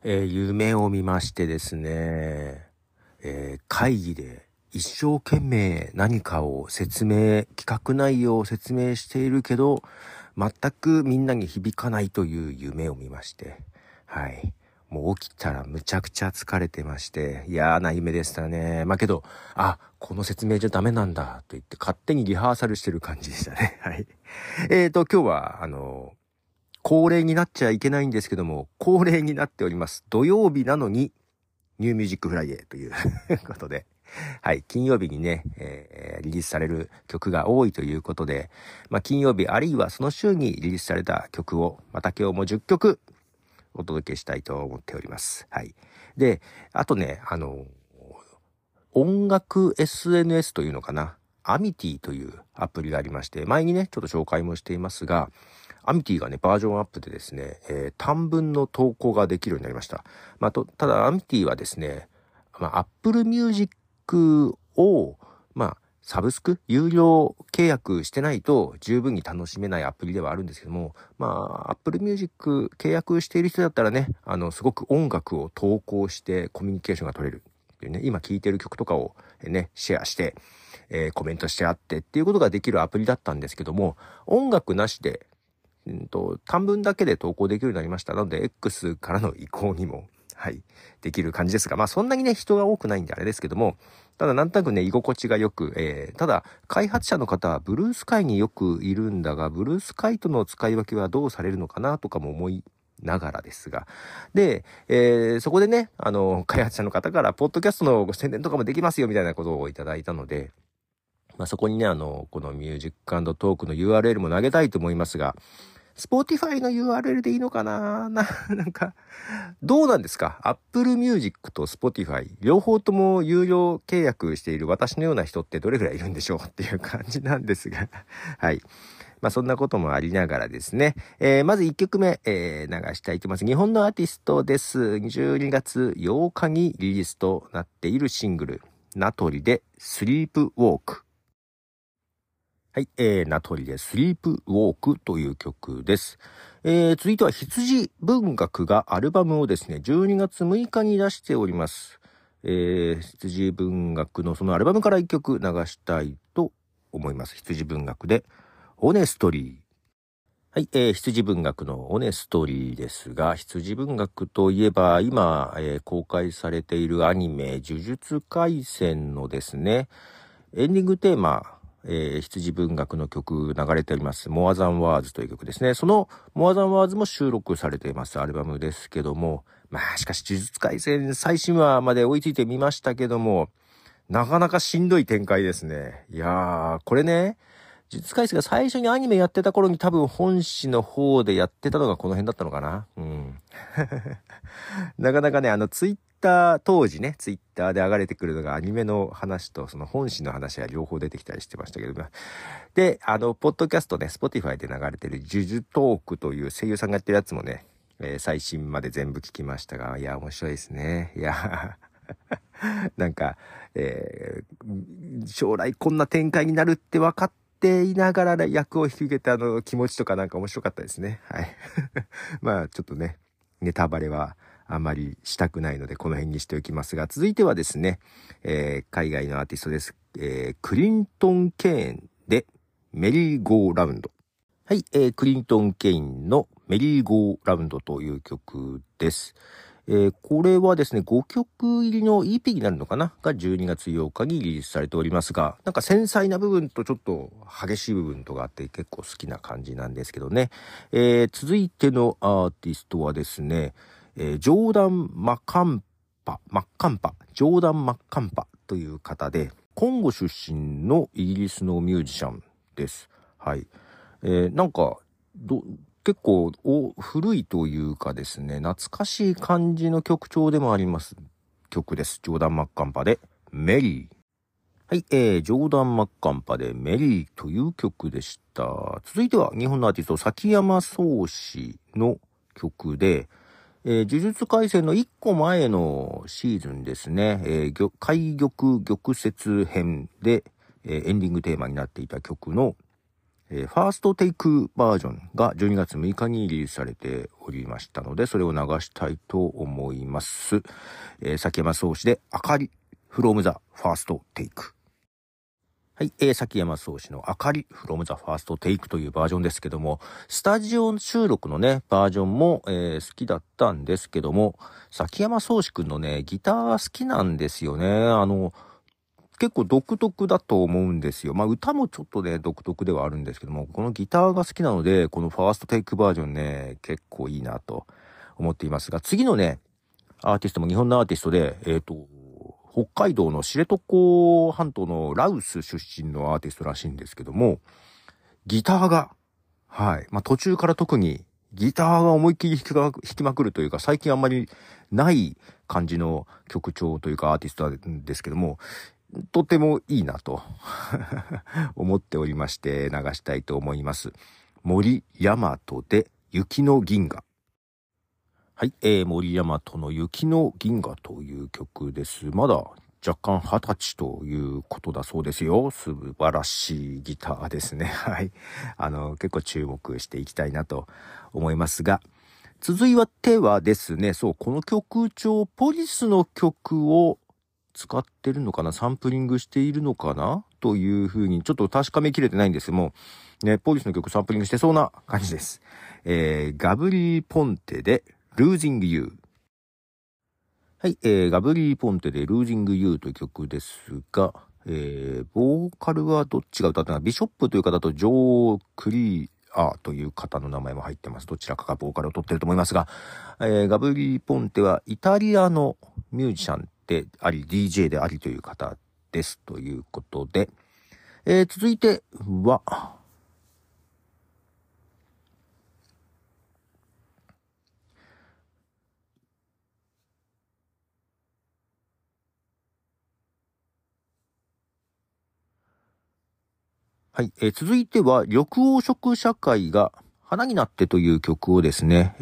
夢を見ましてですね、会議で一生懸命何かを企画内容を説明しているけど、全くみんなに響かないという夢を見まして、はい。もう起きたらむちゃくちゃ疲れてまして、嫌な夢でしたね。けど、この説明じゃダメなんだと言って勝手にリハーサルしてる感じでしたね。はい。今日は、恒例になっちゃいけないんですけども、恒例になっております。土曜日なのに、ニューミュージックフライデーということで、はい、金曜日にね、リリースされる曲が多いということで、金曜日あるいはその週にリリースされた曲を、また今日も10曲お届けしたいと思っております。はい。で、あとね、音楽 SNS というのかな、アミティというアプリがありまして、前にね、ちょっと紹介もしていますが、アミティがね、バージョンアップでですね、短文の投稿ができるようになりました。ただ、アミティはですね、Apple Music を、サブスク、有料契約してないと十分に楽しめないアプリではあるんですけども、Apple Music 契約している人だったらね、すごく音楽を投稿してコミュニケーションが取れるっていうね、今聴いてる曲とかをね、シェアして、コメントしてあってっていうことができるアプリだったんですけども、音楽なしで短文だけで投稿できるようになりました。なので X からの移行にも、はい、できる感じですが、そんなにね、人が多くないんであれですけども、ただなんとなくね、居心地がよく、ただ、開発者の方はブルースカイによくいるんだが、ブルースカイとの使い分けはどうされるのかなとかも思いながらですが。で、そこでね、開発者の方から、ポッドキャストの宣伝とかもできますよみたいなことをいただいたので、そこにね、このミュージック&トークの URL も投げたいと思いますが、Spotify の URL でいいのかななんか、どうなんですか？ Apple Music と Spotify、両方とも有料契約している私のような人ってどれくらいいるんでしょうっていう感じなんですが。はい。そんなこともありながらですね。まず1曲目、流したいと思います。日本のアーティストです。12月8日にリリースとなっているシングル、ナトリでスリープウォーク。はい、ナトリでスリープウォークという曲です。続いては羊文学がアルバムをですね、12月6日に出しております。羊文学のそのアルバムから1曲流したいと思います。羊文学でオネストリー。はい、羊文学のオネストリーですが、羊文学といえば今、公開されているアニメ呪術廻戦のですね、エンディングテーマ、羊文学の曲流れております。More Than Words という曲ですね。その More Than Words も収録されていますアルバムですけども、しかし呪術廻戦最新話まで追いついてみましたけども、なかなかしんどい展開ですね。いやー、これね、呪術廻戦が最初にアニメやってた頃に多分本誌の方でやってたのがこの辺だったのかな。なかなかね、当時ね、ツイッターで上がれてくるのがアニメの話とその本誌の話が両方出てきたりしてましたけど、で、ポッドキャストね、Spotify で流れてる呪術トークという声優さんがやってるやつもね、最新まで全部聞きましたが、いや、面白いですね。いや、なんか、将来こんな展開になるって分かっていながら役を引き受けた気持ちとかなんか面白かったですね。はい。ちょっとね、ネタバレはあまりしたくないのでこの辺にしておきますが、続いてはですね、海外のアーティストです。クリントン・ケーンでメリーゴーラウンド。はい、クリントン・ケインのメリーゴーラウンドという曲です。これはですね、5曲入りの EP になるのかなが12月8日にリリースされておりますが、なんか繊細な部分とちょっと激しい部分とかあって結構好きな感じなんですけどね。続いてのアーティストはですね、ジョーダン・マッカンパという方で、コンゴ出身のイギリスのミュージシャンです。はい。なんか、結構古いというかですね、懐かしい感じの曲調でもあります曲です。ジョーダン・マッカンパでメリー。はい、ジョーダン・マッカンパでメリーという曲でした。続いては日本のアーティスト崎山壮志の曲で、呪術廻戦の1個前のシーズンですね、海玉玉折編で、エンディングテーマになっていた曲のファーストテイクバージョンが12月6日にリリースされておりましたので、それを流したいと思います。崎山壮志であかり from the first take。はい、崎山壮志のあかり from the first take というバージョンですけども、スタジオ収録のね、バージョンも、好きだったんですけども、崎山壮志くんのね、ギター好きなんですよね。結構独特だと思うんですよ。まあ歌もちょっとね、独特ではあるんですけども、このギターが好きなので、このファーストテイクバージョンね、結構いいなと思っていますが、次のね、アーティストも日本のアーティストで、北海道の知床半島のラウス出身のアーティストらしいんですけども、ギターが、はい、まあ途中から特にギターが思いっきり弾きまくるというか、最近あんまりない感じの曲調というかアーティストなんですけども、とてもいいなと思っておりまして流したいと思います。森山斗で雪の銀河。はい、森山斗の雪の銀河という曲です。まだ若干20歳ということだそうですよ。素晴らしいギターですね。はい。結構注目していきたいなと思いますが、続いてはですね、そう、この曲調、ポリスの曲を使ってるのかな、サンプリングしているのかなというふうにちょっと確かめきれてないんですけども、ね、ポリスの曲サンプリングしてそうな感じです。ガブリー・ポンテで Losing You。はい、ガブリー・ポンテで Losing You という曲ですが、ボーカルはどっちが歌ったのか、ビショップという方とジョー・クリーという方の名前も入ってます。どちらかがボーカルを取ってると思いますが、ガブリー・ポンテはイタリアのミュージシャンであり DJ でありという方ですということで、続いてははい、続いては緑黄色社会が花になってという曲をですね、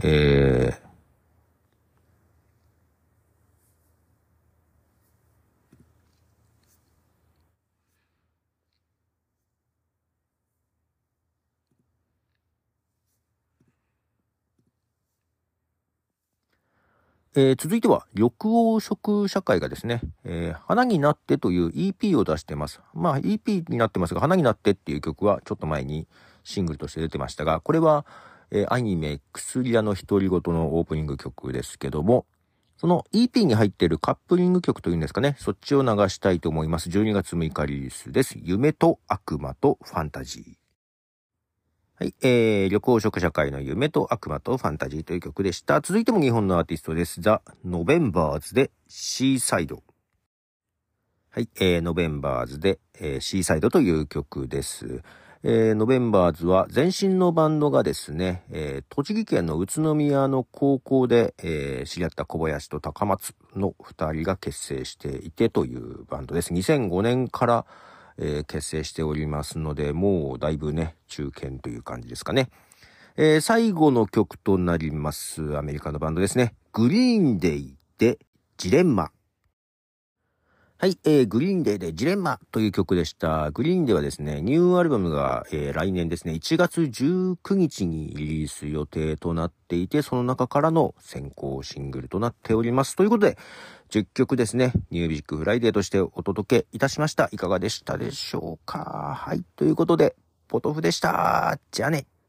続いては緑黄色社会がですね、花になってという EP を出してます。まあ EP になってますが、花になってっていう曲はちょっと前にシングルとして出てましたが、これは、アニメ薬屋の独り言のオープニング曲ですけども、その EP に入っているカップリング曲というんですかね、そっちを流したいと思います。12月6日リリースです。夢と悪魔とファンタジー。はい、緑黄色社会の夢と悪魔とファンタジーという曲でした。続いても日本のアーティストです。ザ・ノベンバーズでシーサイド。はい、ノベンバーズで、シーサイドという曲です。ノベンバーズは前身のバンドがですね、栃木県の宇都宮の高校で、知り合った小林と高松の2人が結成していてというバンドです。2005年から結成しておりますので、もうだいぶね、中堅という感じですかね。最後の曲となります、アメリカのバンドですね。グリーンデイでジレンマ。はい、グリーンデイでジレンマという曲でした。グリーンデイはですね、ニューアルバムが、来年ですね、1月19日にリリース予定となっていて、その中からの先行シングルとなっております。ということで、10曲ですね、ニューミュージックフライデーとしてお届けいたしました。いかがでしたでしょうか。はい、ということで、ポトフでした。じゃあね。